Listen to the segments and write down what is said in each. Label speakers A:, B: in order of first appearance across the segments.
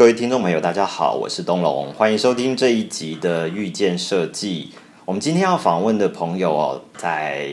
A: 各位听众朋友大家好，我是东龙，欢迎收听这一集的遇见设计。我们今天要访问的朋友在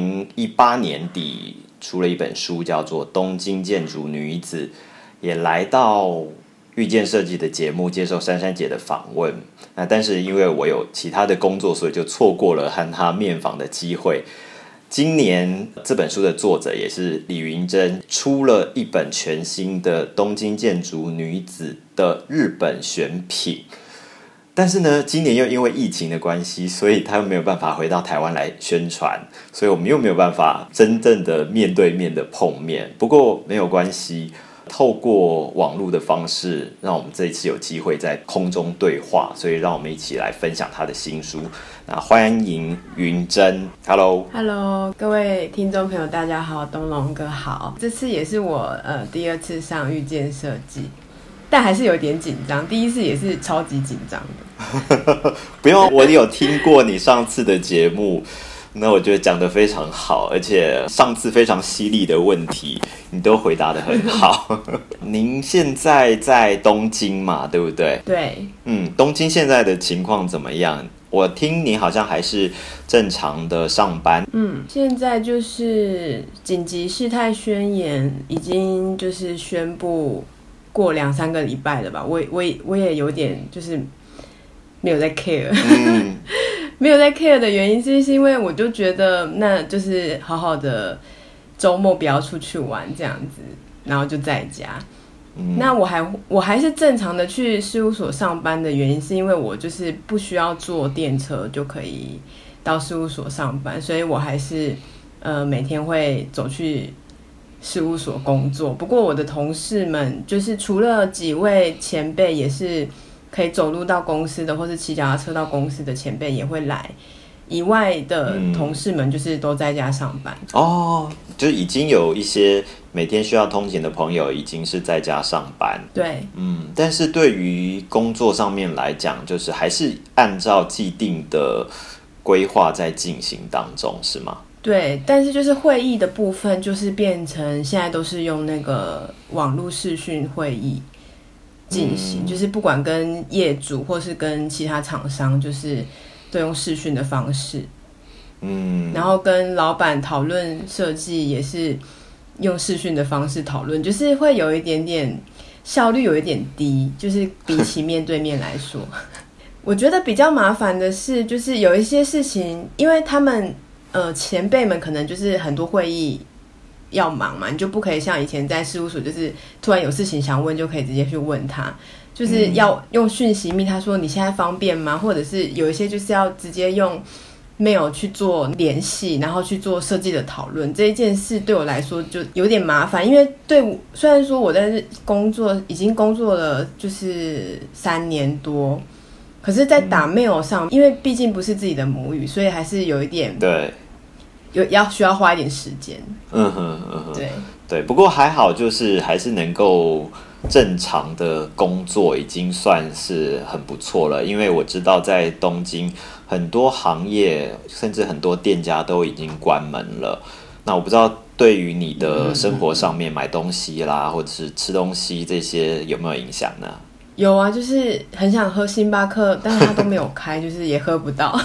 A: 2018年底出了一本书，叫做《东京建筑女子》，也来到遇见设计的节目接受珊珊姐的访问。但是因为我有其他的工作，所以就错过了和她面访的机会。今年这本书的作者也是李云珍，出了一本全新的东京建筑女子的日本选品。但是呢，今年又因为疫情的关系，所以他又没有办法回到台湾来宣传，所以我们又没有办法真正的面对面的碰面。不过没有关系，透过网络的方式，让我们这一次有机会在空中对话，所以让我们一起来分享他的新书。那欢迎云珍 ，Hello，
B: 各位听众朋友，大家好，东龙哥好。这次也是我第二次上遇见设计，但还是有点紧张。第一次也是超级紧张的。
A: 不用，我有听过你上次的节目。那我觉得讲得非常好，而且上次非常犀利的问题你都回答得很好。您现在在东京嘛，对不对？
B: 对。
A: 东京现在的情况怎么样？我听你好像还是正常的上班。
B: 现在就是紧急事态宣言已经就是宣布过2-3个礼拜了吧，我也有点就是没有在 care。没有在 care 的原因是因为我就觉得那就是好好的周末不要出去玩这样子，然后就在家。那我还是正常的去事务所上班的原因是因为我就是不需要坐电车就可以到事务所上班，所以我还是每天会走去事务所工作。不过我的同事们就是除了几位前辈也是可以走路到公司的，或是骑脚踏车到公司的前辈也会来，以外的同事们就是都在家上班。
A: 就是已经有一些每天需要通勤的朋友已经是在家上班。
B: 对。
A: 但是对于工作上面来讲，就是还是按照既定的规划在进行当中，是吗？
B: 对，但是就是会议的部分就是变成现在都是用那个网络视讯会议进行，就是不管跟业主或是跟其他厂商，就是都用视讯的方式。然后跟老板讨论设计也是用视讯的方式讨论，就是会有一点点效率有一点低，就是比起面对面来说。我觉得比较麻烦的是，就是有一些事情，因为他们前辈们可能就是很多会议要忙嘛，你就不可以像以前在事务所，就是突然有事情想问就可以直接去问他，就是要用讯息密他说你现在方便吗？或者是有一些就是要直接用 mail 去做联系，然后去做设计的讨论。这一件事对我来说就有点麻烦，因为虽然说我在已经工作了就是3年多，可是在打 mail 上，因为毕竟不是自己的母语，所以还是有一点
A: 对。
B: 需要花一点时间。
A: 对，不过还好，就是还是能够正常的工作，已经算是很不错了。因为我知道在东京很多行业，甚至很多店家都已经关门了。那我不知道对于你的生活上面买东西啦，或者是吃东西这些有没有影响呢？
B: 有啊，就是很想喝星巴克，但是它都没有开，就是也喝不到。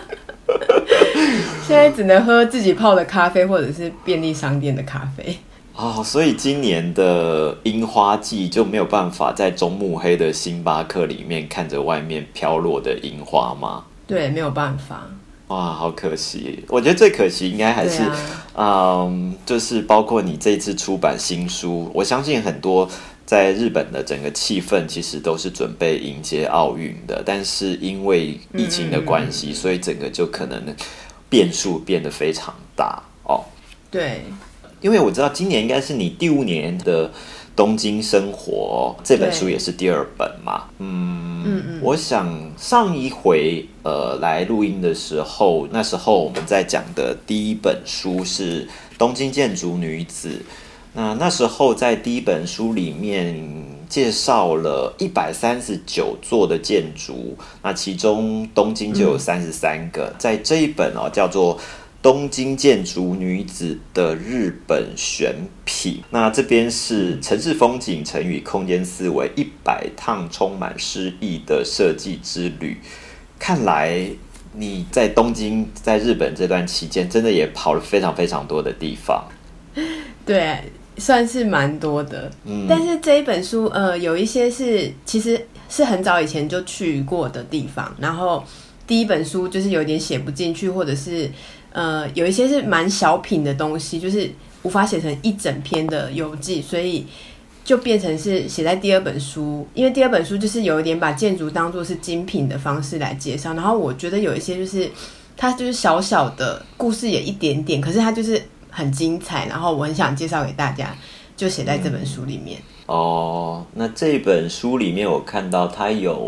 B: 现在只能喝自己泡的咖啡，或者是便利商店的咖啡。
A: 所以今年的樱花季就没有办法在中目黑的星巴克里面看着外面飘落的樱花吗？
B: 对，没有办法。
A: 哇，好可惜！我觉得最可惜应该还是，就是包括你这次出版新书，我相信很多在日本的整个气氛其实都是准备迎接奥运的，但是因为疫情的关系，所以整个就可能变数变得非常大哦。
B: 对，
A: 因为我知道今年应该是你第5年的东京生活，这本书也是第2本嘛。我想上一回来录音的时候，那时候我们在讲的第1本书是《东京建筑女子》。那时候在第1本书里面介绍了139座的建筑，那其中东京就有33个。在这一本叫做东京建筑女子的日本选品。那这边是城市风景乘以空间思维100趟充满诗意的设计之旅。看来你在东京在日本这段期间真的也跑了非常非常多的地方。
B: 对，算是蛮多的。但是这一本书有一些是其实是很早以前就去过的地方，然后第一本书就是有点写不进去，或者是有一些是蛮小品的东西，就是无法写成一整篇的游记，所以就变成是写在第二本书。因为第二本书就是有一点把建筑当作是精品的方式来介绍，然后我觉得有一些就是它就是小小的故事也一点点，可是它就是很精彩，然后我很想介绍给大家，就写在这本书里面。
A: 那这本书里面我看到它有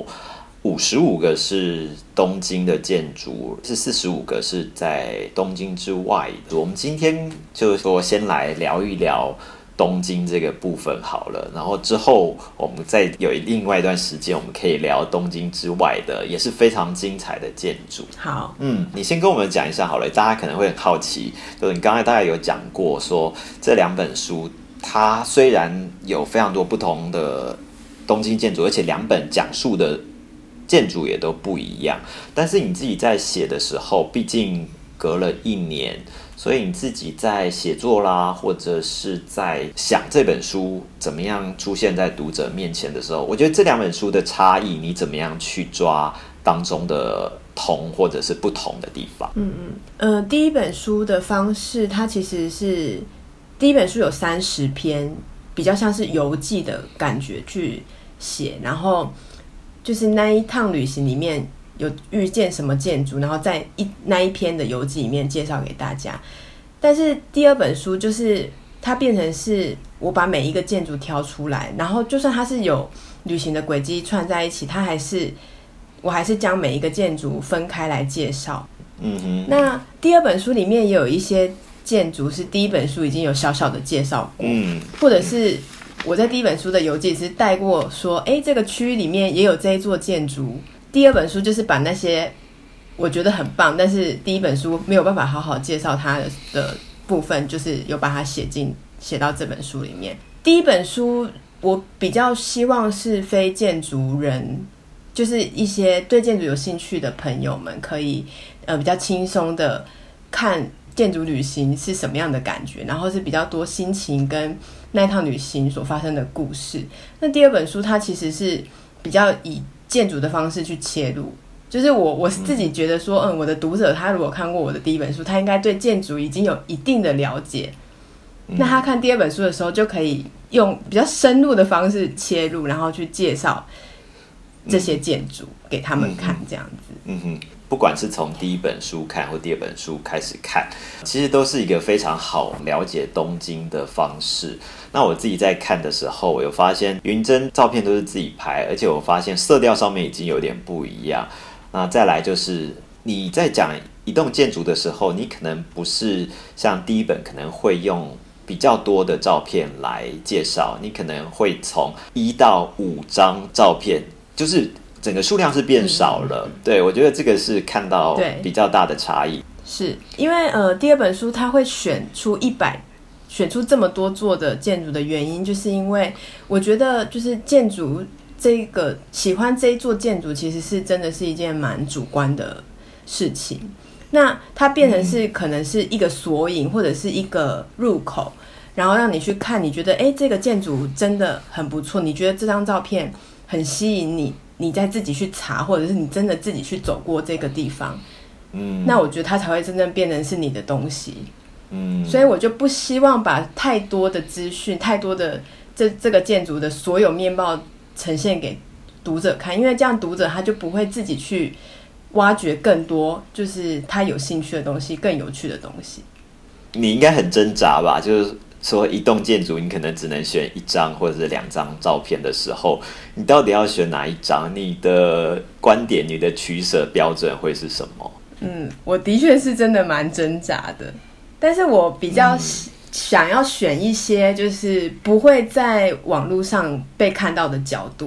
A: 55个是东京的建筑，是45个是在东京之外的。我们今天就说先来聊一聊东京这个部分好了，然后之后我们再有另外一段时间我们可以聊东京之外的也是非常精彩的建筑。
B: 好，
A: 你先跟我们讲一下好了，大家可能会很好奇，就是你刚才大概有讲过说这2本书它虽然有非常多不同的东京建筑，而且2本讲述的建筑也都不一样，但是你自己在写的时候毕竟隔了1年，所以你自己在写作啦，或者是在想这本书怎么样出现在读者面前的时候，我觉得这2本书的差异你怎么样去抓当中的同或者是不同的地方？
B: 第一本书的方式它其实是第一本书有30篇比较像是游记的感觉去写，然后就是那一趟旅行里面有遇见什么建筑，然后在那一篇的游记里面介绍给大家。但是第二本书就是它变成是我把每一个建筑挑出来，然后就算它是有旅行的轨迹串在一起，我还是将每一个建筑分开来介绍。那第二本书里面也有一些建筑是第一本书已经有小小的介绍过，或者是我在第一本书的游记只是带过说这个区域里面也有这一座建筑。第二本书就是把那些我觉得很棒但是第一本书没有办法好好介绍它的部分，就是有把它写到这本书里面。第一本书我比较希望是非建筑人，就是一些对建筑有兴趣的朋友们可以比较轻松的看建筑旅行是什么样的感觉，然后是比较多心情跟那一趟旅行所发生的故事。那第二本书它其实是比较以建筑的方式去切入，就是我自己觉得说我的读者他如果看过我的第一本书，他应该对建筑已经有一定的了解，那他看第二本书的时候就可以用比较深入的方式切入，然后去介绍这些建筑给他们看，这样子。
A: 不管是从第一本书看或第二本书开始看，其实都是一个非常好了解东京的方式。那我自己在看的时候，我有发现云珍照片都是自己拍，而且我发现色调上面已经有点不一样。那再来就是你在讲一栋建筑的时候，你可能不是像第一本可能会用比较多的照片来介绍，你可能会从1到5张照片，就是整个数量是变少了。对，我觉得这个是看到比较大的差异。
B: 是因为第二本书它会选出这么多座的建筑的原因，就是因为我觉得就是建筑这个喜欢这一座建筑其实是真的是一件蛮主观的事情。那它变成是可能是一个索引或者是一个入口，然后让你去看，你觉得这个建筑真的很不错，你觉得这张照片很吸引你，你再自己去查，或者是你真的自己去走过这个地方，那我觉得它才会真正变成是你的东西。所以我就不希望把太多的资讯，太多的这个建筑的所有面貌呈现给读者看，因为这样读者他就不会自己去挖掘更多就是他有兴趣的东西，更有趣的东西。
A: 你应该很挣扎吧，就是说一栋建筑你可能只能选1张或者是2张照片的时候，你到底要选哪一张？你的观点，你的取舍标准会是什么？
B: 我的确是真的蛮挣扎的，但是我比较想要选一些就是不会在网络上被看到的角度，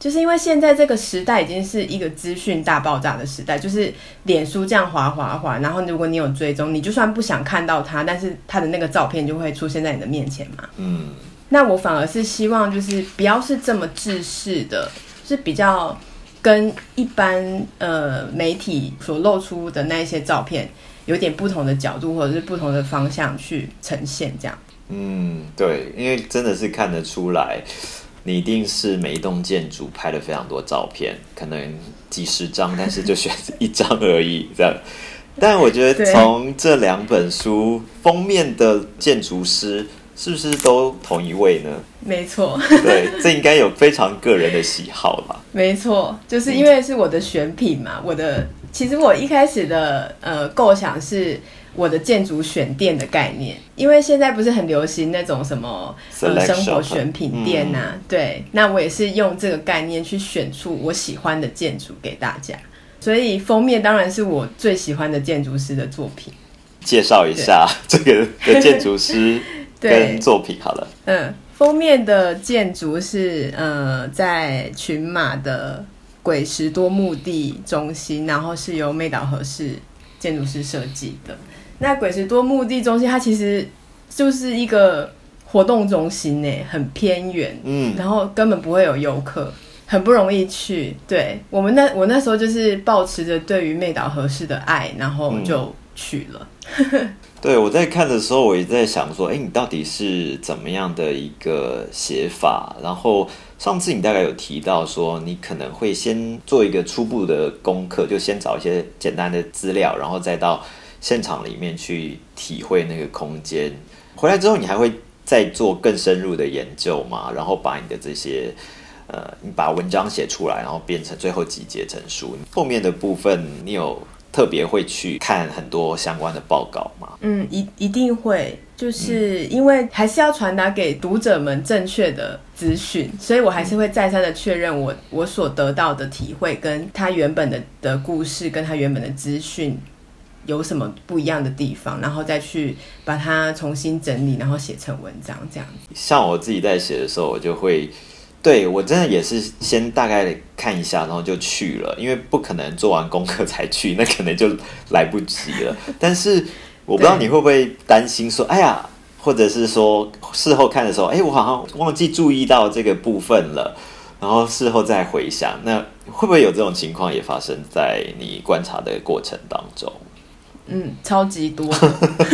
B: 就是因为现在这个时代已经是一个资讯大爆炸的时代，就是脸书这样滑滑滑，然后如果你有追踪，你就算不想看到它，但是它的那个照片就会出现在你的面前嘛。那我反而是希望就是不要是这么制式的，是比较跟一般媒体所露出的那一些照片有点不同的角度或者是不同的方向去呈现这样。
A: 对，因为真的是看得出来你一定是每一栋建筑拍了非常多照片，可能几十张，但是就选一张而已这样。但我觉得从这2本书封面的建筑师是不是都同一位呢？
B: 没错，
A: 对，这应该有非常个人的喜好啦。
B: 没错，就是因为是我的选品嘛，其实我一开始的构想是我的建筑选店的概念，因为现在不是很流行那种什么生活选品店啊，对，那我也是用这个概念去选出我喜欢的建筑给大家，所以封面当然是我最喜欢的建筑师的作品。介
A: 绍一下这个的建筑师跟作品好了。
B: 封面的建筑是在群马的鬼石多目的中心，然后是由妹岛和世建筑师设计的。那鬼石多目的中心它其实就是一个活动中心耶，很偏远，然后根本不会有游客，很不容易去。对，我那时候就是抱持着对于妹岛和世的爱，然后就去了。
A: 对，我在看的时候我也在想说，你到底是怎么样的一个写法？然后上次你大概有提到说，你可能会先做一个初步的功课，就先找一些简单的资料，然后再到现场里面去体会那个空间。回来之后，你还会再做更深入的研究吗？然后把你的这些你把文章写出来，然后变成最后集结成书。后面的部分，你有特别会去看很多相关的报告吗？
B: 一定会，就是因为还是要传达给读者们正确的资讯，所以我还是会再三的确认我所得到的体会跟他原本的故事跟他原本的资讯有什么不一样的地方，然后再去把它重新整理，然后写成文章这样子。
A: 像我自己在写的时候，我就会对，我真的也是先大概看一下，然后就去了，因为不可能做完功课才去，那可能就来不及了。但是我不知道你会不会担心说，哎呀，或者是说事后看的时候，我好像忘记注意到这个部分了，然后事后再回想，那会不会有这种情况也发生在你观察的过程当中？
B: 超级多的。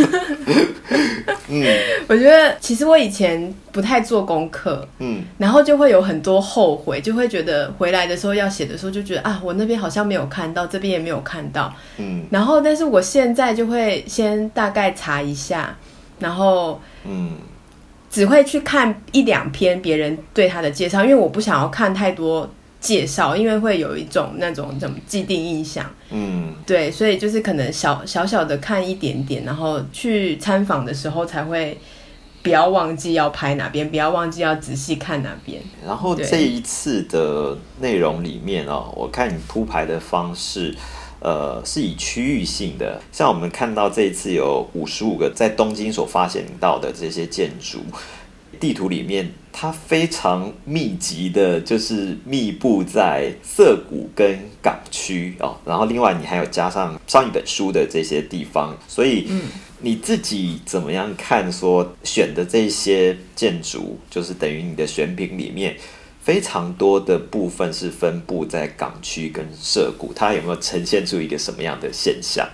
B: 我觉得其实我以前不太做功课，然后就会有很多后悔，就会觉得回来的时候要写的时候就觉得我那边好像没有看到，这边也没有看到，然后但是我现在就会先大概查一下，然后只会去看1-2篇别人对他的介绍，因为我不想要看太多介绍，因为会有一种那种既定印象，对，所以就是可能小的看一点点，然后去参访的时候才会不要忘记要拍哪边，不要忘记要仔细看哪边。
A: 然后这一次的内容里面我看你铺排的方式是以区域性的，像我们看到这一次有55个在东京所发现到的这些建筑地图里面，它非常密集的，就是密布在涩谷跟港区然后另外你还有加上上一本书的这些地方，所以你自己怎么样看说选的这些建筑，就是等于你的选品里面非常多的部分是分布在港区跟涩谷，它有没有呈现出一个什么样的现象？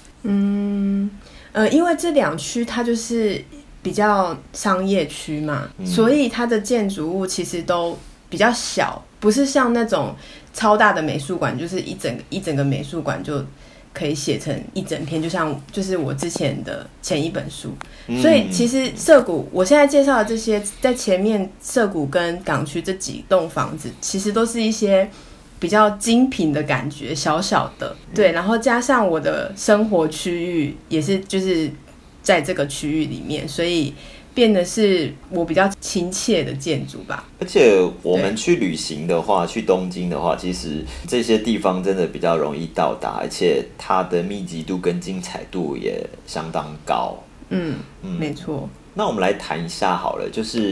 B: 因为这2区它就是比较商业区嘛，所以它的建筑物其实都比较小，不是像那种超大的美术馆，就是一整个美术馆就可以写成一整篇，就是我之前的前一本书。所以其实涩谷我现在介绍的这些，在前面涩谷跟港区这几栋房子，其实都是一些比较精品的感觉，小小的，对，然后加上我的生活区域也是就是在这个区域里面，所以变得是我比较亲切的建筑吧。
A: 而且我们去旅行的话，去东京的话，其实这些地方真的比较容易到达，而且它的密集度跟精彩度也相当高。
B: 没错。
A: 那我们来谈一下好了，就是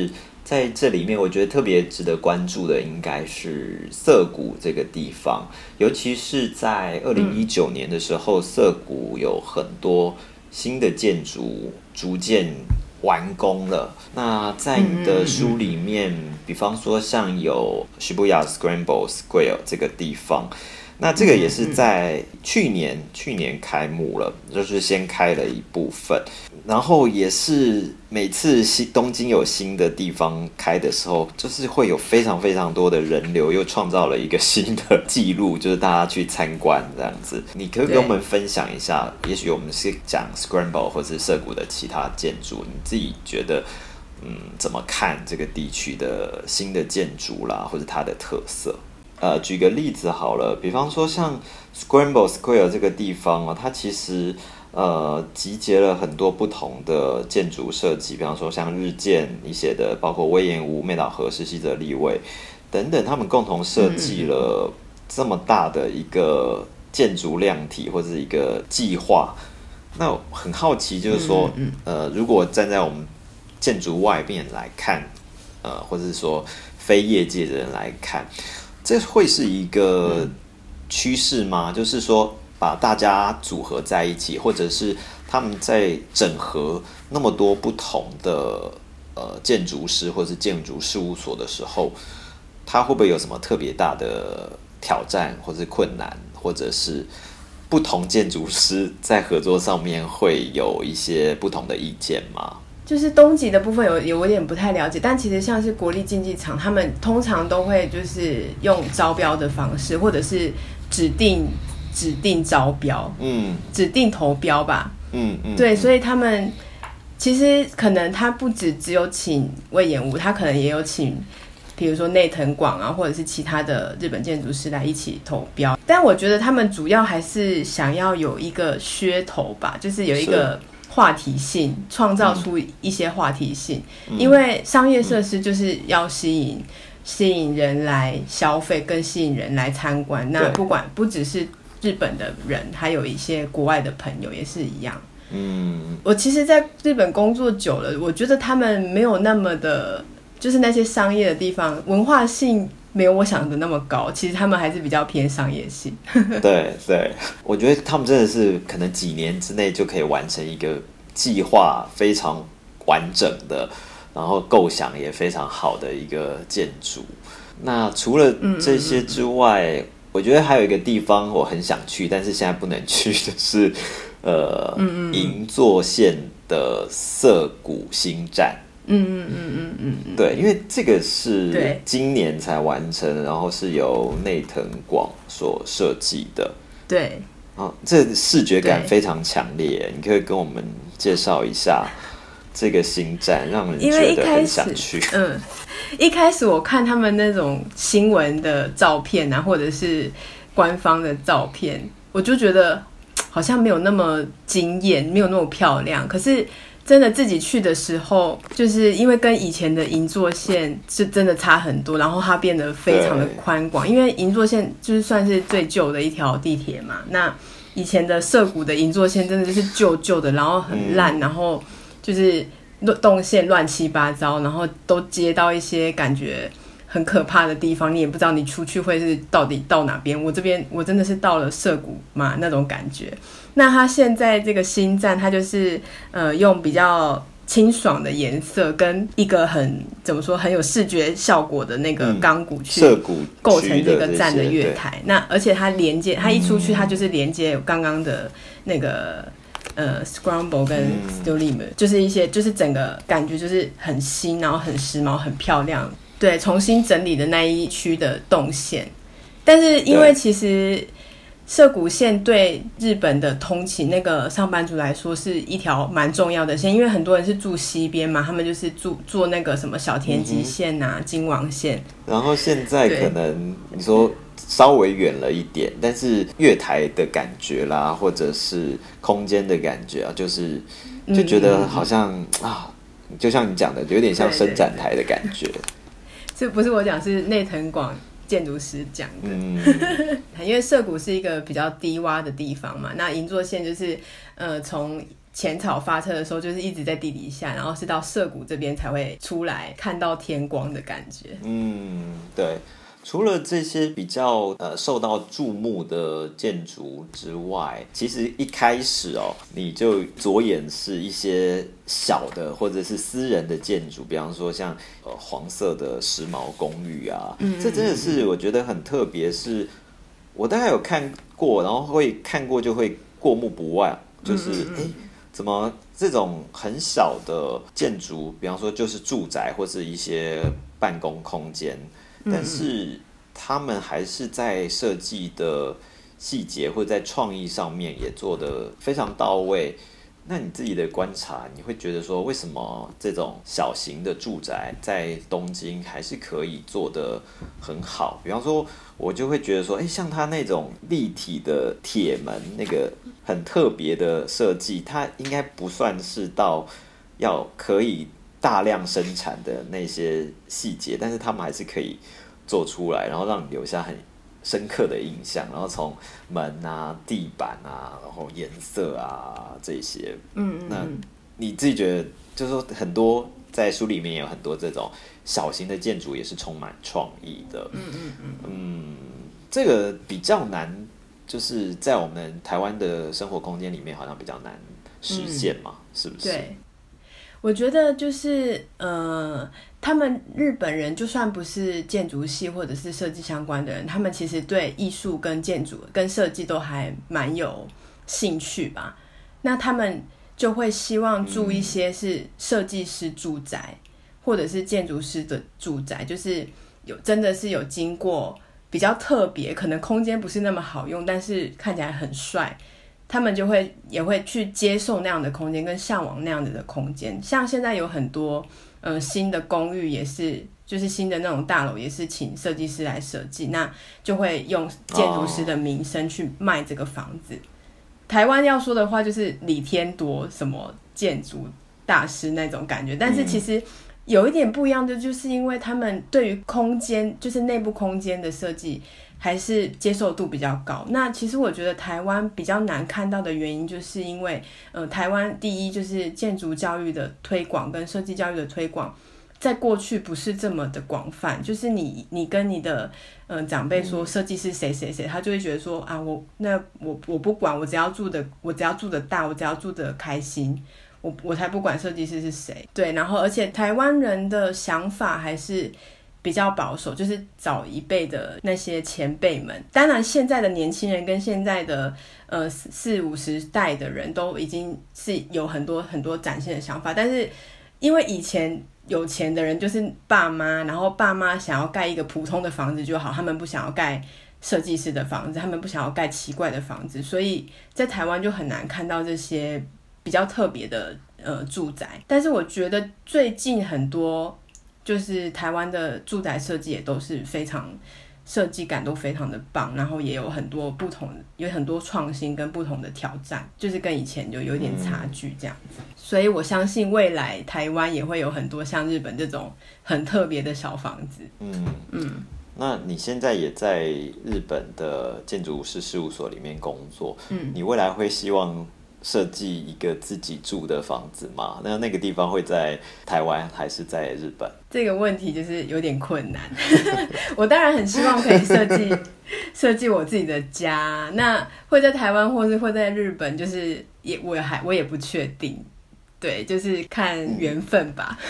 A: 在这里面，我觉得特别值得关注的应该是涩谷这个地方，尤其是在2019年的时候，涩谷有很多新的建筑逐渐完工了。那在你的书里面，比方说像有 Shibuya Scramble Square 这个地方，那这个也是在去年开幕了，就是先开了一部分，然后也是每次东京有新的地方开的时候，就是会有非常非常多的人流，又创造了一个新的记录，就是大家去参观这样子。你可以跟我们分享一下，也许我们是讲 Scramble 或是涩谷的其他建筑，你自己觉得怎么看这个地区的新的建筑啦，或者它的特色？举个例子好了，比方说像 Scramble Square 这个地方哦，它其实集结了很多不同的建筑设计，比方说像日建一些的，包括隈研吾、妹岛和世、西泽立卫等等，他们共同设计了这么大的一个建筑量体或者是一个计划。那很好奇，就是说，如果站在我们建筑外面来看，或者是说非业界的人来看，这会是一个趋势吗？就是说把大家组合在一起，或者是他们在整合那么多不同的建筑师或是建筑事务所的时候，他会不会有什么特别大的挑战或是困难，或者是不同建筑师在合作上面会有一些不同的意见吗？
B: 就是东极的部分有点不太了解，但其实像是国立竞技场，他们通常都会就是用招标的方式，或者是指定招标，指定投标吧，对，所以他们其实可能他不只有请隈研吾，他可能也有请比如说内藤广啊，或者是其他的日本建筑师来一起投标，但我觉得他们主要还是想要有一个噱头吧，就是有一个话题性，创造出一些话题性，因为商业设施就是要吸引人来消费，更吸引人来参观。那不只是日本的人，还有一些国外的朋友也是一样。我其实在日本工作久了，我觉得他们没有那么的，就是那些商业的地方，文化性没有我想的那么高，其实他们还是比较偏商业性。
A: 对，我觉得他们真的是可能几年之内就可以完成一个计划非常完整的，然后构想也非常好的一个建筑。那除了这些之外，我觉得还有一个地方我很想去，但是现在不能去的是银座线的涩谷新站。对，因为这个是今年才完成，然后是由内藤广所设计的。对，这视觉感非常强烈，你可以跟我们介绍一下这个新站，让人觉得很想去。
B: 一开始我看他们那种新闻的照片啊，或者是官方的照片，我就觉得好像没有那么惊艳，没有那么漂亮。可是真的自己去的时候，就是因为跟以前的银座线是真的差很多，然后它变得非常的宽广。因为银座线就是算是最旧的一条地铁嘛，那以前的涩谷的银座线真的就是旧的，然后很烂，然后就是动线乱七八糟，然后都接到一些感觉很可怕的地方，你也不知道你出去会是到底到哪边。我这边我真的是到了涩谷嘛那种感觉。那它现在这个新站，它就是用比较清爽的颜色跟一个很怎么说很有视觉效果的那个钢骨去构成这个站的月台。那而且它连接，它一出去它就是连接刚刚的那个Scramble 跟 Stulim，就是一些就是整个感觉就是很新，然后很时髦，很漂亮。对，重新整理的那一区的动线。但是因为其实涩谷线对日本的通勤那个上班族来说是一条蛮重要的线，因为很多人是住西边嘛，他们就是坐那个什么小田急线啊、京王线。然后现在可能你说稍微远了一点，但是月台的感觉啦，或者是空间的感觉啊，就觉得好像就像你讲的，有点像伸展台的感觉。这不是我讲，是内藤广建筑师讲的。因为涩谷是一个比较低洼的地方嘛，那银座线就是从浅草发车的时候，就是一直在地底下，然后是到涩谷这边才会出来看到天光的感觉。
A: 对。除了这些比较受到注目的建筑之外，其实一开始你就着眼是一些小的或者是私人的建筑，比方说像黄色的时髦公寓啊，这真的是我觉得很特别，是我大概有看过，然后会看过就会过目不忘，就是怎么这种很小的建筑，比方说就是住宅或是一些办公空间，但是他们还是在设计的细节或者在创意上面也做得非常到位。那你自己的观察，你会觉得说，为什么这种小型的住宅在东京还是可以做得很好？比方说，我就会觉得说，像它那种立体的铁门，那个很特别的设计，它应该不算是到要可以大量生产的那些细节，但是他们还是可以做出来，然后让你留下很深刻的印象，然后从门啊、地板啊，然后颜色啊这些，那你自己觉得，就是说很多在书里面也有很多这种小型的建筑，也是充满创意的，这个比较难，就是在我们台湾的生活空间里面，好像比较难实现嘛，是不是？
B: 对。我觉得就是他们日本人就算不是建筑系或者是设计相关的人，他们其实对艺术跟建筑跟设计都还蛮有兴趣吧。那他们就会希望住一些是设计师住宅或者是建筑师的住宅，就是真的是有经过比较特别，可能空间不是那么好用，但是看起来很帅，他们也会去接受那样的空间，跟向往那样子的空间。像现在有很多新的公寓也是，就是新的那种大楼也是请设计师来设计，那就会用建筑师的名声去卖这个房子。台湾要说的话就是李天铎什么建筑大师那种感觉，但是其实有一点不一样的，就是因为他们对于空间，就是内部空间的设计还是接受度比较高。那其实我觉得台湾比较难看到的原因，就是因为台湾第一就是建筑教育的推广跟设计教育的推广在过去不是这么的广泛，就是你跟你的长辈说设计师谁谁谁，他就会觉得说啊，我不管，我只要住的大，我只要住的开心，我才不管设计师是谁。对，然后而且台湾人的想法还是比较保守，就是早一辈的那些前辈们。当然现在的年轻人跟现在的40-50代的人都已经是有很多很多崭新的想法，但是因为以前有钱的人就是爸妈，然后爸妈想要盖一个普通的房子就好，他们不想要盖设计师的房子，他们不想要盖奇怪的房子，所以在台湾就很难看到这些比较特别的住宅。但是我觉得最近很多就是台湾的住宅设计也都是非常设计感都非常的棒，然后也有很多不同，有很多创新跟不同的挑战，就是跟以前就有点差距这样子。所以我相信未来台湾也会有很多像日本这种很特别的小房子。
A: 那你现在也在日本的建筑师事务所里面工作，你未来会希望设计一个自己住的房子吗？那个地方会在台湾还是在日本？
B: 这个问题就是有点困难。我当然很希望可以设计我自己的家，那会在台湾或是会在日本，就是我也不确定。对，就是看缘分吧。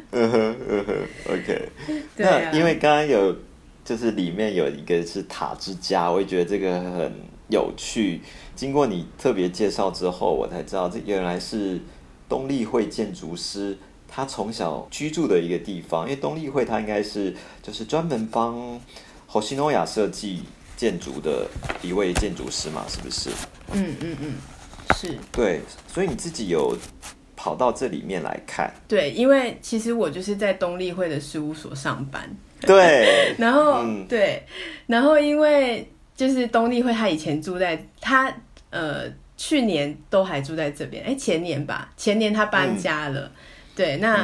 A: OK。那因为刚刚有就是里面有一个是塔之家，我也觉得这个很有趣。经过你特别介绍之后，我才知道这原来是东立惠建筑师他从小居住的一个地方。因为东立惠他应该是就是专门帮Hoshinoya设计建筑的一位建筑师嘛，是不是？
B: 是。对，
A: 所以你自己有跑到这里面来看。对，
B: 因为其实我就是在东立惠的事务所上班。
A: 对。
B: 然后对，然后因为就是东立惠他以前住在他去年都还住在这边，前年他搬家了。对，那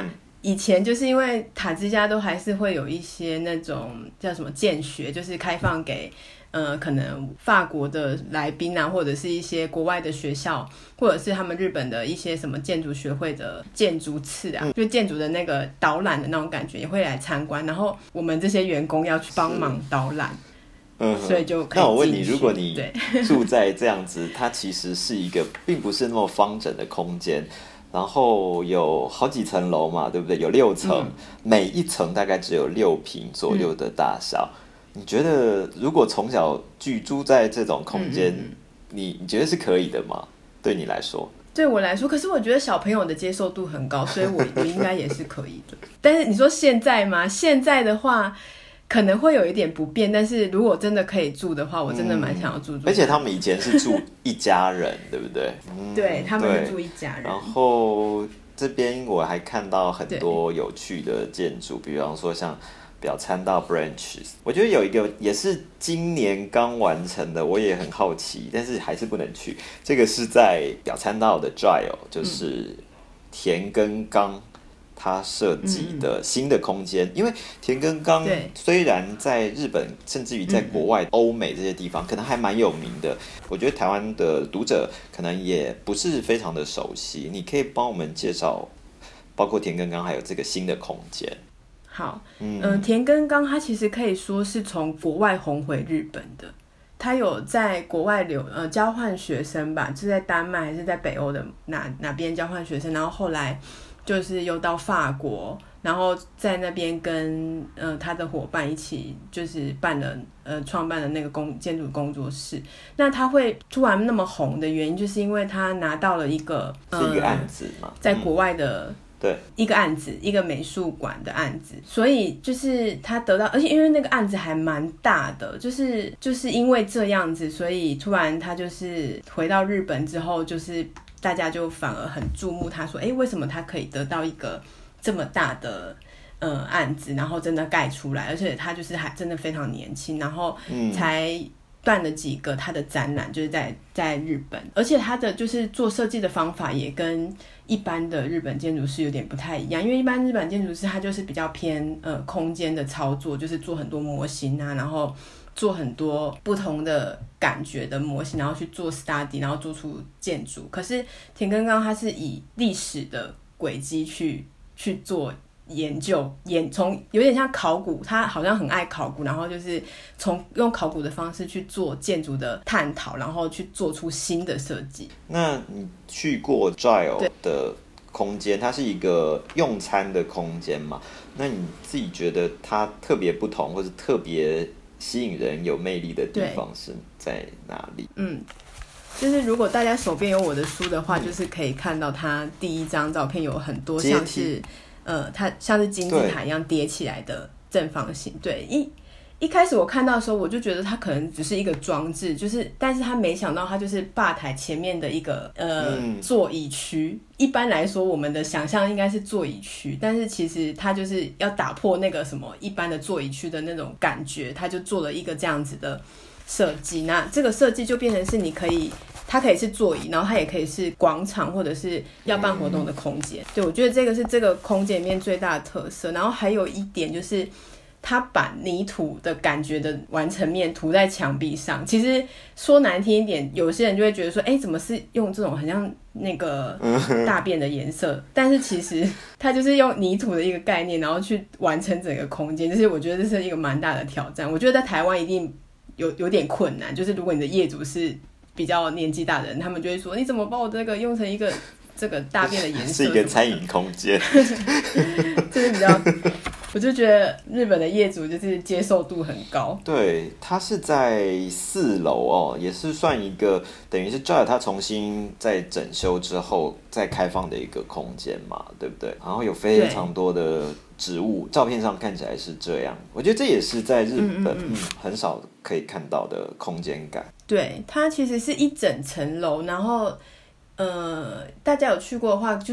B: 以前就是因为塔之家都还是会有一些那种叫什么建学，就是开放给可能法国的来宾啊，或者是一些国外的学校，或者是他们日本的一些什么建筑学会的建筑次啊，就建筑的那个导览的那种感觉也会来参观，然后我们这些员工要去帮忙导览。所以就可以
A: 那我问你，如果你
B: 对
A: 住在这样子，它其实是一个并不是那么方整的空间，然后有好几层楼嘛，对不对？有6层，每一层大概只有6坪左右的大小。你觉得如果从小居住在这种空间，你觉得是可以的吗？对你来说？
B: 对我来说，可是我觉得小朋友的接受度很高，所以我应该也是可以的。但是你说现在吗？现在的话可能会有一点不便，但是如果真的可以住的话，我真的蛮想要住。
A: 而且他们以前是住一家人，对不对？
B: 对，他们是住一家人。
A: 然后这边我还看到很多有趣的建筑，比方说像表参道 Branches， 我觉得有一个也是今年刚完成的，我也很好奇，但是还是不能去。这个是在表参道的 Drive， 就是田根刚他设计的新的空间，因为田根刚虽然在日本甚至于在国外欧美这些地方可能还蛮有名的，我觉得台湾的读者可能也不是非常的熟悉，你可以帮我们介绍包括田根刚还有这个新的空间。
B: 好，田根刚他其实可以说是从国外红回日本的，他有在国外交换学生吧，是在丹麦还是在北欧的哪边交换学生，然后后来就是又到法国，然后在那边跟他的伙伴一起就是创办了那个建筑工作室。那他会突然那么红的原因，就是因为他拿到了一个
A: 是一个案子嘛，
B: 在国外的
A: 对
B: 一个案子，一个美术馆的案子，所以就是他得到，而且因为那个案子还蛮大的，就是因为这样子，所以突然他就是回到日本之后，就是大家就反而很注目他，说为什么他可以得到一个这么大的案子，然后真的盖出来，而且他就是还真的非常年轻，然后才办了几个他的展览，就是在日本，而且他的就是做设计的方法也跟一般的日本建筑师有点不太一样，因为一般日本建筑师他就是比较偏空间的操作，就是做很多模型啊，然后做很多不同的感觉的模型，然后去做 study， 然后做出建筑。可是田根刚他是以历史的轨迹去做研究，从有点像考古，他好像很爱考古，然后就是用考古的方式去做建筑的探讨，然后去做出新的设计。
A: 那你去过 Drive 的空间，它是一个用餐的空间嘛？那你自己觉得它特别不同，或是特别吸引人、有魅力的地方是在哪里？
B: 就是如果大家手边有我的书的话，就是可以看到它第一张照片有很多像是它像是金字塔一样叠起来的正方形。对，一开始我看到的时候，我就觉得它可能只是一个装置，但是他没想到它就是吧台前面的一个座椅区。一般来说，我们的想象应该是座椅区，但是其实它就是要打破那个什么一般的座椅区的那种感觉，它就做了一个这样子的设计。那这个设计就变成是它可以是座椅，然后它也可以是广场或者是要办活动的空间。对，我觉得这个是这个空间里面最大的特色。然后还有一点就是他把泥土的感觉的完成面涂在墙壁上。其实说难听一点，有些人就会觉得说怎么是用这种很像那个大便的颜色但是其实他就是用泥土的一个概念，然后去完成整个空间。就是我觉得这是一个蛮大的挑战，我觉得在台湾一定有点困难。就是如果你的业主是比较年纪大的人，他们就会说你怎么把我这个用成一个这个大便的颜色，
A: 是一个餐饮空间
B: 就是比较我就觉得日本的业主就是接受度很高。
A: 对，它是在4楼也是算一个等于是 Joy 它重新在整修之后再开放的一个空间嘛，对不对？然后有非常多的植物，照片上看起来是这样。我觉得这也是在日本很少可以看到的空间感。
B: 对，它其实是一整层楼，然后大家有去过的话，就是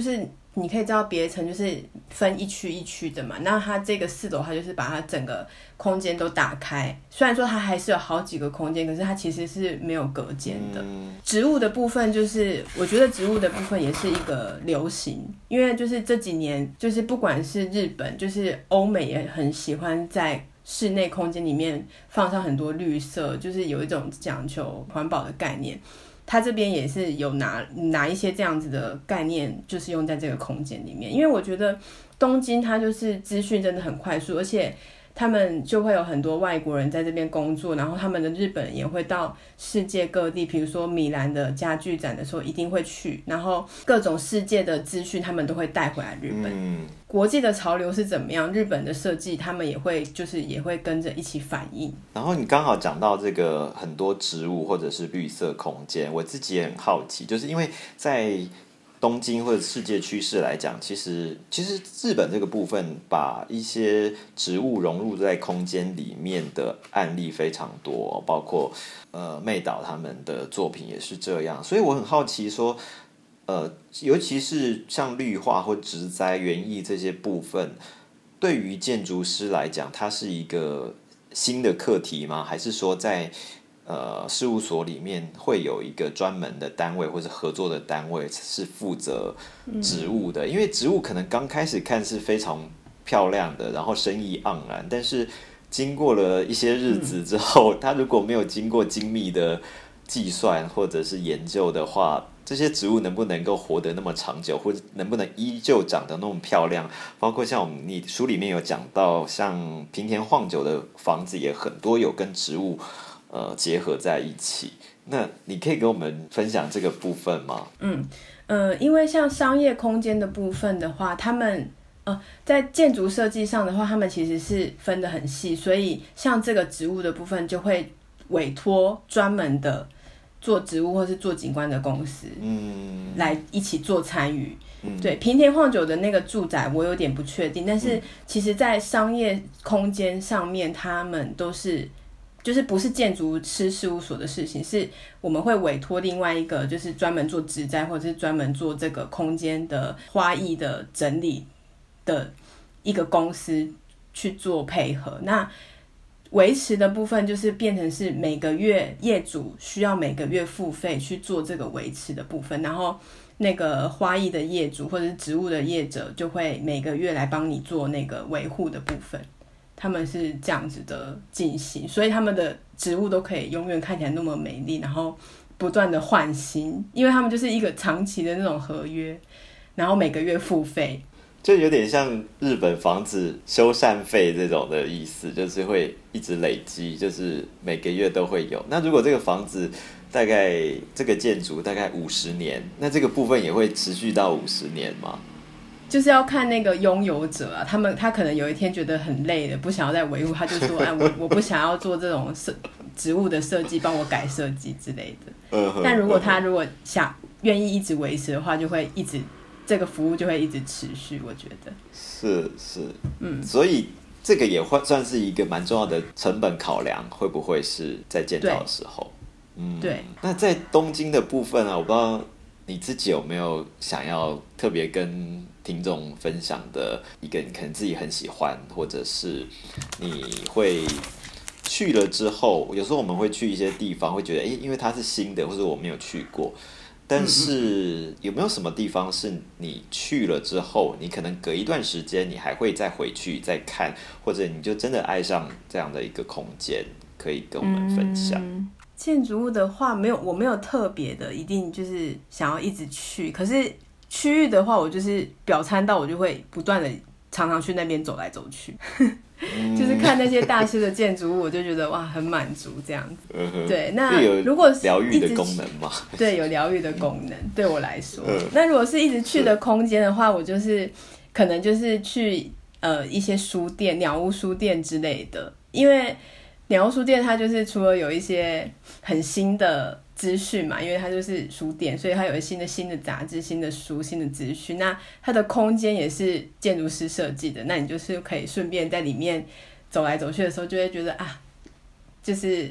B: 你可以知道别层就是分一区一区的嘛，那它这个4楼它就是把它整个空间都打开，虽然说它还是有好几个空间，可是它其实是没有隔间的。植物的部分就是我觉得植物的部分也是一个流行，因为就是这几年就是不管是日本就是欧美也很喜欢在室内空间里面放上很多绿色，就是有一种讲求环保的概念。他这边也是有拿一些这样子的概念，就是用在这个空间里面。因为我觉得东京它就是资讯真的很快速，而且他们就会有很多外国人在这边工作，然后他们的日本人也会到世界各地，比如说米兰的家具展的时候一定会去，然后各种世界的资讯他们都会带回来日本。国际的潮流是怎么样，日本的设计他们也会跟着一起反应。
A: 然后你刚好讲到这个很多植物或者是绿色空间，我自己也很好奇，就是因为在东京或者世界趋势来讲，其实日本这个部分把一些植物融入在空间里面的案例非常多，包括妹岛他们的作品也是这样，所以我很好奇说尤其是像绿化或植栽园艺这些部分，对于建筑师来讲，它是一个新的课题吗？还是说在事务所里面会有一个专门的单位或者合作的单位是负责植物的？因为植物可能刚开始看是非常漂亮的，然后生意盎然，但是经过了一些日子之后，它如果没有经过精密的计算或者是研究的话，这些植物能不能够活得那么长久，或者能不能依旧长得那么漂亮？包括像你书里面有讲到，像平田晃久的房子也很多有跟植物结合在一起。那你可以给我们分享这个部分吗？
B: 因为像商业空间的部分的话，他们在建筑设计上的话，他们其实是分得很细，所以像这个植物的部分就会委托专门的做植物或是做景观的公司来一起做参与。对，平田晃久的那个住宅我有点不确定，但是其实在商业空间上面他们都是就是不是建筑师事务所的事情，是我们会委托另外一个就是专门做植栽或者是专门做这个空间的花艺的整理的一个公司去做配合。那维持的部分就是变成是每个月业主需要每个月付费去做这个维持的部分，然后那个花艺的业主或者是植物的业者就会每个月来帮你做那个维护的部分，他们是这样子的进行，所以他们的植物都可以永远看起来那么美丽，然后不断的换新，因为他们就是一个长期的那种合约，然后每个月付费，
A: 就有点像日本房子修缮费这种的意思，就是会一直累积，就是每个月都会有。那如果这个房子大概这个建筑大概50年，那这个部分也会持续到50年吗？
B: 就是要看那个拥有者啊，他可能有一天觉得很累了，不想要再维护，他就说哎，我不想要做这种植物的设计，帮我改设计之类的。但如果他愿意一直维持的话，就会一直这个服务就会一直持续，我觉得
A: 是，所以这个也算是一个蛮重要的成本考量，会不会是在建造的时候？
B: 对。
A: 那在东京的部分啊，我不知道你自己有没有想要特别跟听众分享的一个你可能自己很喜欢，或者是你会去了之后，有时候我们会去一些地方会觉得因为它是新的，或者我没有去过，但是有没有什么地方是你去了之后，你可能隔一段时间你还会再回去再看，或者你就真的爱上这样的一个空间，可以跟我们分享？
B: 建筑物的话，我没有特别的一定就是想要一直去，可是区域的话，我就是表参道，我就会不断的常常去那边走来走去就是看那些大师的建筑物，我就觉得哇很满足这样子。对，那如果是
A: 疗愈的功能嘛？
B: 对，有疗愈的功能对我来说。那如果是一直去的空间的话，我就是可能就是去一些书店，鸟屋书店之类的，因为鸟屋书店它就是除了有一些很新的资讯嘛，因为它就是书店，所以它有新的杂志、新的书、新的资讯。那它的空间也是建筑师设计的，那你就是可以顺便在里面走来走去的时候，就会觉得啊，就是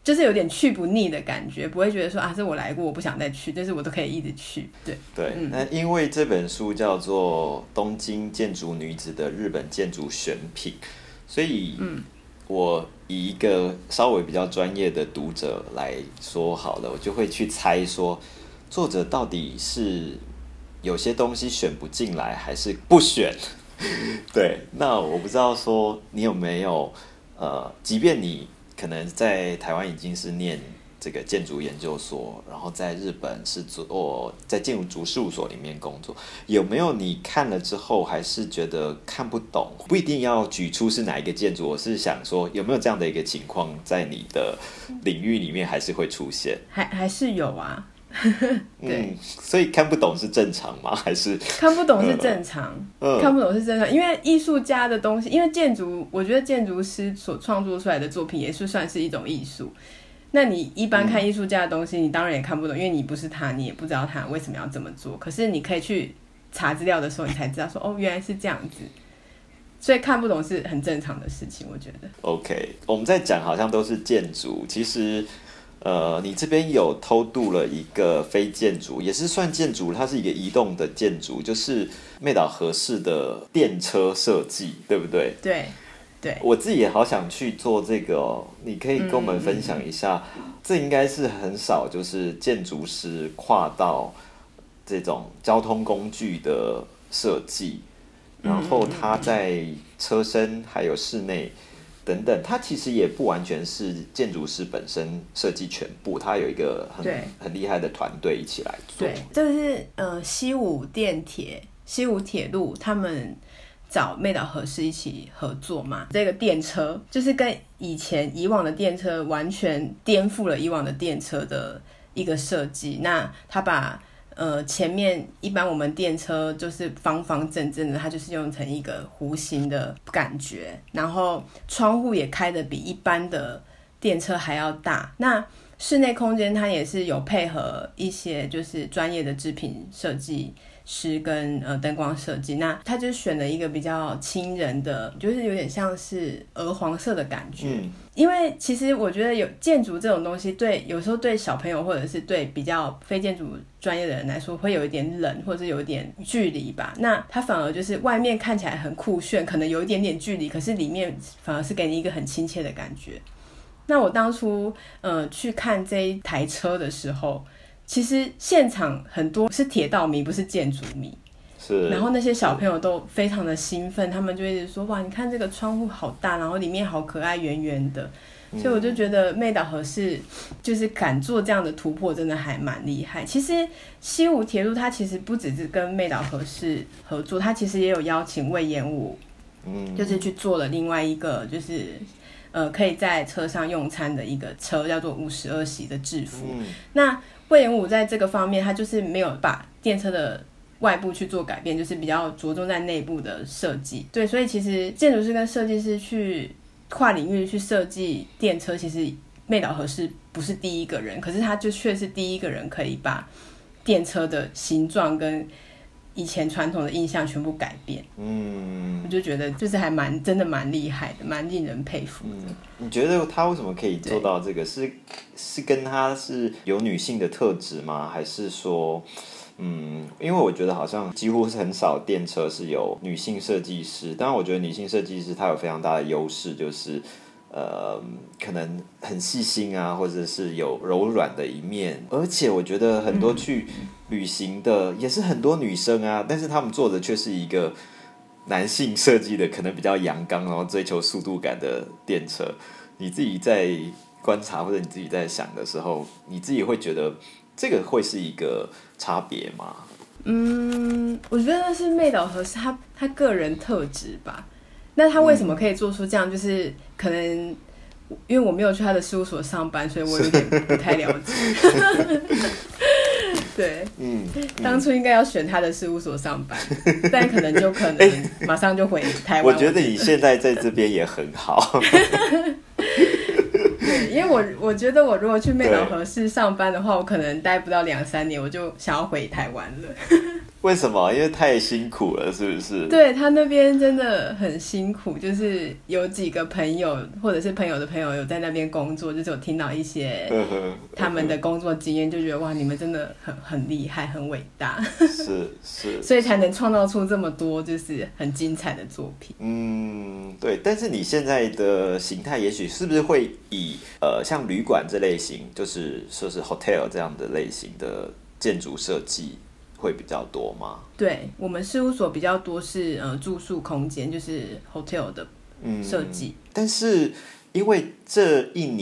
B: 就是有点去不腻的感觉，不会觉得说啊，这我来过，我不想再去，但是我都可以一直去。对
A: 对，那因为这本书叫做《东京建筑女子的日本建筑选品》，所以我以一个稍微比较专业的读者来说好了，我就会去猜说，作者到底是有些东西选不进来，还是不选？对，那我不知道说你有没有即便你可能在台湾已经是念这个建筑研究所，然后在日本是在建筑事务所里面工作，有没有你看了之后还是觉得看不懂？不一定要举出是哪一个建筑，我是想说有没有这样的一个情况在你的领域里面还是会出现？
B: 还是有啊。对，
A: 所以看不懂是正常吗？还是
B: 看不懂是正常？看不懂是正常，因为艺术家的东西，因为建筑，我觉得建筑师所创作出来的作品也是算是一种艺术。那你一般看艺术家的东西，你当然也看不懂，因为你不是他，你也不知道他为什么要这么做。可是你可以去查资料的时候，你才知道说，哦，原来是这样子。所以看不懂是很正常的事情，我觉得。
A: OK， 我们在讲好像都是建筑，其实你这边有偷渡了一个非建筑，也是算建筑，它是一个移动的建筑，就是妹岛和世的电车设计，对不对？
B: 对。对，
A: 我自己也好想去做这个哦，你可以跟我们分享一下，这应该是很少，就是建筑师跨到这种交通工具的设计，然后他在车身还有室内等等，他其实也不完全是建筑师本身设计全部，他有一个很厉害的团队一起来做。
B: 对，这是西武铁路他们找妹岛和世一起合作嘛。这个电车就是跟以往的电车完全颠覆了以往的电车的一个设计。那他把前面一般我们电车就是方方正正的，它就是用成一个弧形的感觉，然后窗户也开得比一般的电车还要大。那室内空间它也是有配合一些就是专业的制品设计师跟灯光设计，那他就选了一个比较亲人的，就是有点像是鹅黄色的感觉。因为其实我觉得有建筑这种东西，有时候对小朋友或者是对比较非建筑专业的人来说，会有一点冷，或者是有一点距离吧。那它反而就是外面看起来很酷炫，可能有一点点距离，可是里面反而是给你一个很亲切的感觉。那我当初去看这一台车的时候，其实现场很多是铁道迷，不是建筑迷。
A: 是。
B: 然后那些小朋友都非常的兴奋，他们就一直说，哇，你看这个窗户好大，然后里面好可爱，圆圆的。所以我就觉得妹岛和世就是敢做这样的突破，真的还蛮厉害。其实西武铁路它其实不只是跟妹岛和世合作，它其实也有邀请隈研吾，就是去做了另外一个就是可以在车上用餐的一个车，叫做52席的制服。那隈研吾在这个方面，他就是没有把电车的外部去做改变，就是比较着重在内部的设计。对，所以其实建筑师跟设计师去跨领域去设计电车，其实妹岛和世不是第一个人，可是他就却是第一个人可以把电车的形状跟以前传统的印象全部改变。我就觉得就是还真的蛮厉害的，蛮令人佩服的。
A: 你觉得他为什么可以做到这个？是跟他是有女性的特质吗？还是说因为我觉得好像几乎是很少电车是有女性设计师，当然我觉得女性设计师她有非常大的优势，就是可能很细心啊，或者是有柔软的一面，而且我觉得很多去旅行的也是很多女生啊，但是他们做的却是一个男性设计的，可能比较阳刚，然后追求速度感的电车。你自己在观察或者你自己在想的时候，你自己会觉得这个会是一个差别吗？
B: 我觉得那是妹岛和世他个人特质吧。那他为什么可以做出这样？就是可能因为我没有去他的事务所上班，所以我有点不太了解。对，当初应该要选他的事务所上班，但可能马上就回台湾。
A: 我觉得你现在在这边也很好。
B: 对，因为我觉得我如果去妹岛和世上班的话，我可能待不到2-3年，我就想要回台湾了。
A: 为什么？因为太辛苦了，是不是？
B: 对，他那边真的很辛苦，就是有几个朋友或者是朋友的朋友有在那边工作，就是有听到一些他们的工作经验，就觉得哇，你们真的很厉害，很伟大，
A: 是，
B: 所以才能创造出这么多就是很精彩的作品。
A: 对。但是你现在的形态，也许是不是会以像旅馆这类型，就是说是 hotel 这样的类型的建筑设计会比较多吗？
B: 对，我们事务所比较多是住宿空间，就是 hotel 的设计。
A: 但是因为这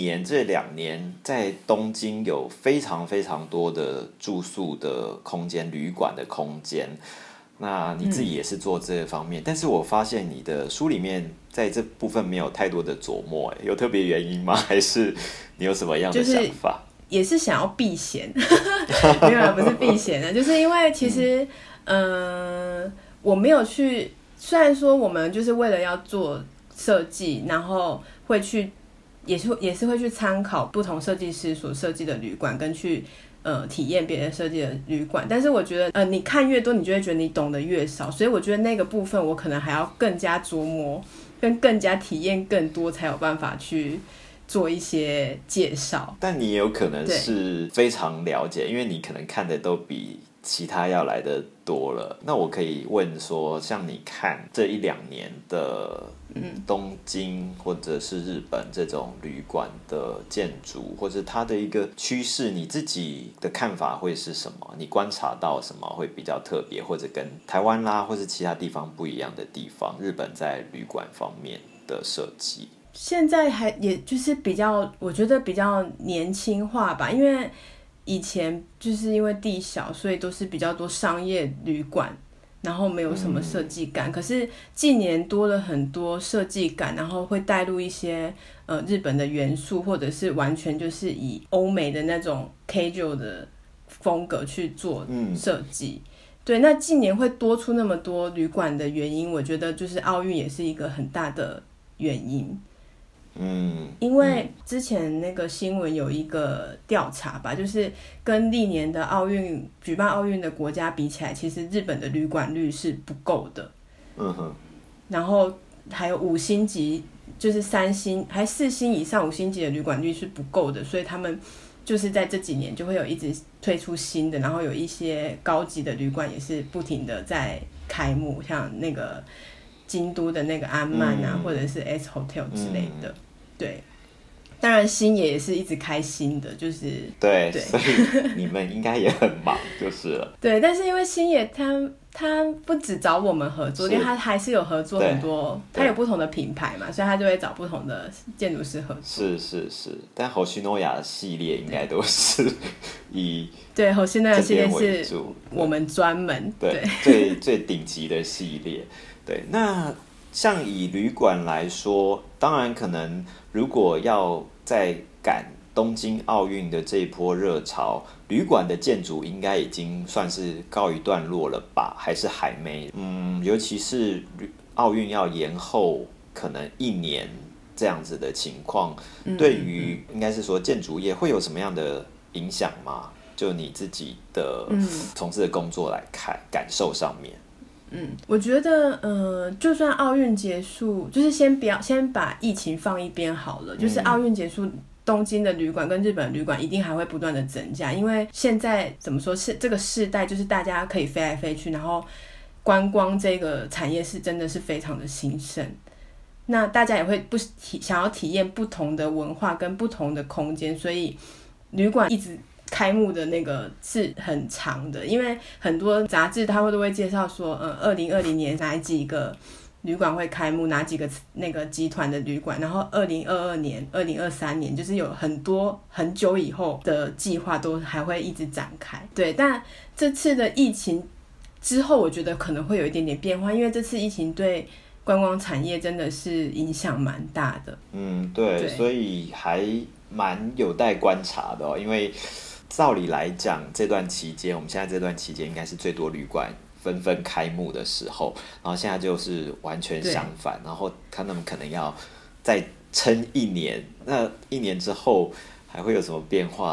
A: 2年在东京有非常非常多的住宿的空间、旅馆的空间，那你自己也是做这方面，但是我发现你的书里面在这部分没有太多的琢磨，有特别原因吗？还是你有什么样的想法？
B: 也是想要避嫌，没有啦，不是避嫌的，就是因为其实，我没有去，虽然说我们就是为了要做设计，然后会去，也是会去参考不同设计师所设计的旅馆，跟去体验别人设计的旅馆，但是我觉得，你看越多，你就会觉得你懂得越少，所以我觉得那个部分我可能还要更加琢磨，跟更加体验更多，才有办法去做一些介绍。
A: 但你也有可能是非常了解，因为你可能看的都比其他要来的多了。那我可以问说，像你看这1-2年的东京或者是日本这种旅馆的建筑，或者它的一个趋势，你自己的看法会是什么？你观察到什么会比较特别，或者跟台湾啦或是其他地方不一样的地方？日本在旅馆方面的设计
B: 现在也就是比较，我觉得比较年轻化吧，因为以前就是因为地小，所以都是比较多商业旅馆，然后没有什么设计感。可是近年多了很多设计感，然后会带入一些日本的元素，或者是完全就是以欧美的那种 casual 的风格去做设计。对，那近年会多出那么多旅馆的原因，我觉得就是奥运也是一个很大的原因。因为之前那个新闻有一个调查吧，就是跟历年的举办奥运的国家比起来，其实日本的旅馆率是不够的。然后还有5星级，就是3星还4星以上5星级的旅馆率是不够的，所以他们就是在这几年就会有一直推出新的，然后有一些高级的旅馆也是不停的在开幕，像那个京都的那个安曼啊，或者是 S Hotel 之类的。对，当然星野也是一直开新的，就是
A: 对，所以你们应该也很忙就是了。
B: 对，但是因为星野他不只找我们合作，因为他还是有合作很多，他有不同的品牌嘛，所以他就会找不同的建筑师合作。
A: 是，但Hoshinoya 系列应该都是以
B: 对Hoshinoya系列是我们专门
A: 最顶级的系列。对，那像以旅馆来说，当然可能如果要再赶东京奥运的这一波热潮，旅馆的建筑应该已经算是告一段落了吧？还是还没？尤其是奥运要延后可能1年这样子的情况，对于应该是说建筑业会有什么样的影响吗？就你自己的从事的工作来看，感受上面。
B: 我觉得，就算奥运结束，就是先把疫情放一边好了。就是奥运结束，东京的旅馆跟日本的旅馆一定还会不断的增加，因为现在怎么说是这个世代，就是大家可以飞来飞去，然后观光这个产业是真的是非常的兴盛。那大家也会想要体验不同的文化跟不同的空间，所以旅馆一直开幕的那个是很长的，因为很多杂志它都会介绍说，2020年哪几个旅馆会开幕，哪几个那个集团的旅馆，然后2022年、2023年，就是有很多很久以后的计划都还会一直展开。对，但这次的疫情之后，我觉得可能会有一点点变化，因为这次疫情对观光产业真的是影响蛮大的。
A: 对，所以还蛮有待观察的因为照理来讲，这段期间，我们现在这段期间应该是最多旅馆纷纷开幕的时候，然后现在就是完全相反，然后他们可能要再撑1年，那1年之后还会有什么变化？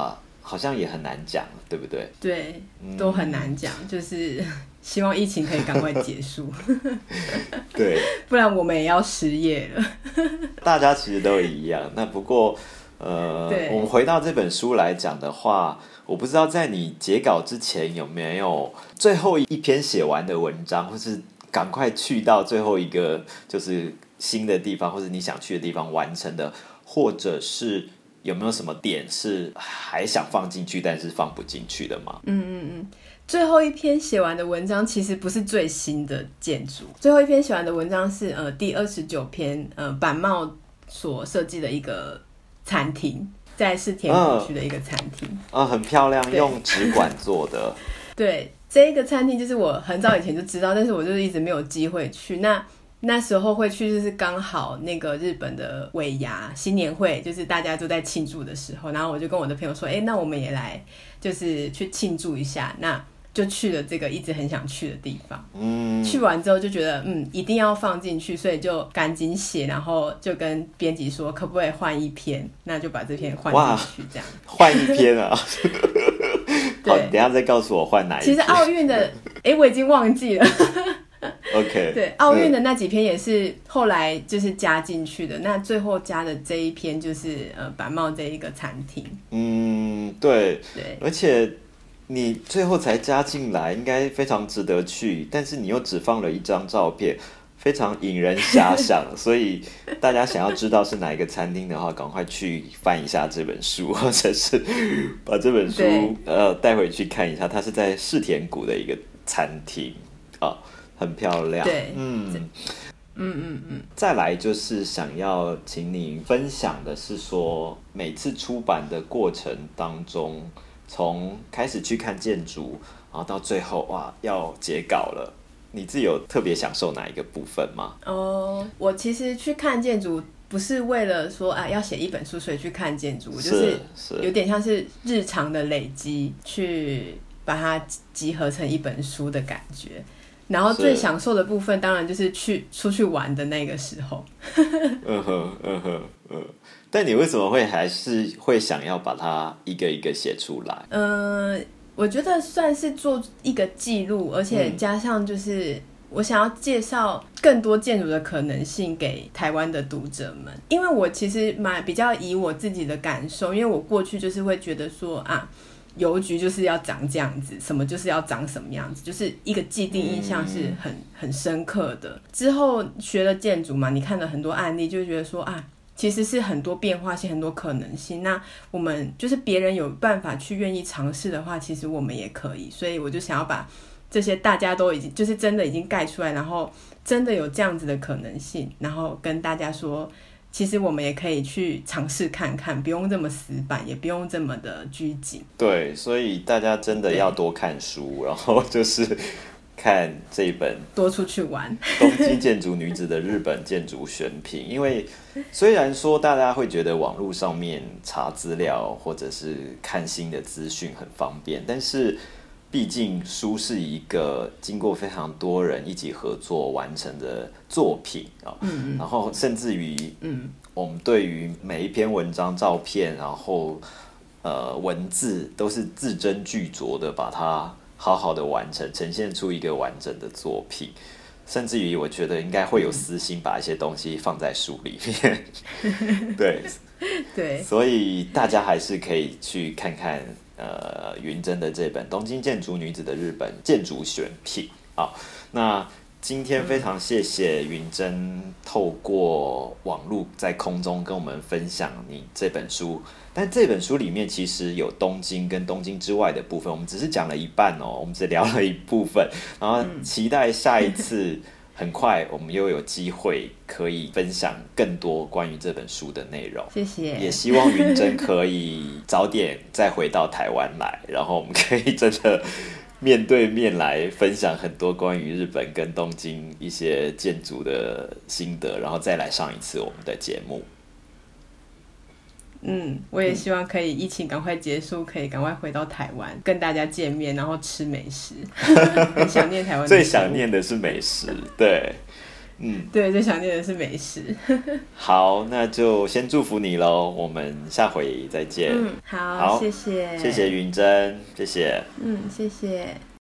A: 好像也很难讲，对不对？
B: 对，都很难讲，就是希望疫情可以赶快结束。
A: 对，
B: 不然我们也要失业了。
A: 大家其实都一样。那不过我们回到这本书来讲的话，我不知道在你截稿之前有没有最后一篇写完的文章，或是赶快去到最后一个就是新的地方，或者你想去的地方完成的，或者是有没有什么点是还想放进去但是放不进去的吗？
B: 最后一篇写完的文章其实不是最新的建筑，最后一篇写完的文章是第29篇板茂所设计的一个餐厅，在世田谷区的一个餐厅
A: 很漂亮，用纸管做的。
B: 对，这一个餐厅就是我很早以前就知道，但是我就是一直没有机会去。那时候会去，就是刚好那个日本的尾牙新年会，就是大家都在庆祝的时候，然后我就跟我的朋友说，那我们也来，就是去庆祝一下，那就去了这个一直很想去的地方。去完之后就觉得一定要放进去，所以就赶紧写，然后就跟编辑说可不可以换一篇，那就把这篇换进去，这样
A: 换一篇啊。好，你等一下再告诉我换哪一篇。
B: 其实奥运的我已经忘记了。
A: OK，
B: 对，奥运的那几篇也是后来就是加进去的。那最后加的这一篇就是板茂这一个餐厅。
A: 对，而且你最后才加进来，应该非常值得去，但是你又只放了一张照片，非常引人遐想。所以大家想要知道是哪一个餐厅的话，赶快去翻一下这本书，或者是把这本书带回去看一下。它是在世田谷的一个餐厅很漂亮。
B: 对，
A: 再来就是想要请你分享的是说，每次出版的过程当中，从开始去看建筑，然后到最后要截稿了，你自己有特别享受哪一个部分吗？
B: 我其实去看建筑不是为了说要写一本书所以去看建筑，就是有点像是日常的累积，去把它集合成一本书的感觉。然后最享受的部分当然就是出去玩的那个时候。
A: 但你为什么还是会想要把它一个一个写出来？
B: 我觉得算是做一个记录，而且加上就是我想要介绍更多建筑的可能性给台湾的读者们。因为我其实比较以我自己的感受，因为我过去就是会觉得说邮局就是要长这样子，什么就是要长什么样子，就是一个既定印象是很深刻的。之后学了建筑嘛，你看了很多案例，就会觉得说其实是很多变化性，很多可能性。那我们就是别人有办法去愿意尝试的话，其实我们也可以。所以我就想要把这些大家都已经就是真的已经盖出来，然后真的有这样子的可能性，然后跟大家说，其实我们也可以去尝试看看，不用这么死板，也不用这么的拘谨。
A: 对，所以大家真的要多看书，然后就是看这一本
B: 多出去玩
A: 东京建筑女子的日本建筑选品。因为虽然说大家会觉得网络上面查资料或者是看新的资讯很方便，但是毕竟书是一个经过非常多人一起合作完成的作品然后甚至于我们对于每一篇文章、照片，然后文字都是字斟句酌的把它好好的完成，呈现出一个完整的作品。甚至于我觉得应该会有私心把一些东西放在书里面对，所以大家还是可以去看看云珍的这本《东京建筑女子的日本建筑选品》那今天非常谢谢云珍透过网络在空中跟我们分享你这本书。但这本书里面其实有东京跟东京之外的部分，我们只是讲了一半我们只聊了一部分，然后期待下一次很快我们又有机会可以分享更多关于这本书的内容。
B: 谢谢，
A: 也希望云珍可以早点再回到台湾来，然后我们可以真的面对面来分享很多关于日本跟东京一些建筑的心得，然后再来上一次我们的节目。
B: 我也希望可以疫情赶快结束，可以赶快回到台湾跟大家见面，然后吃美食很想念台湾的食物。
A: 最想念的是美食对
B: 对，最想念的是美食。
A: 好，那就先祝福你喽，我们下回再见。
B: 好，谢谢，
A: 谢谢云珍，谢谢。
B: 谢谢。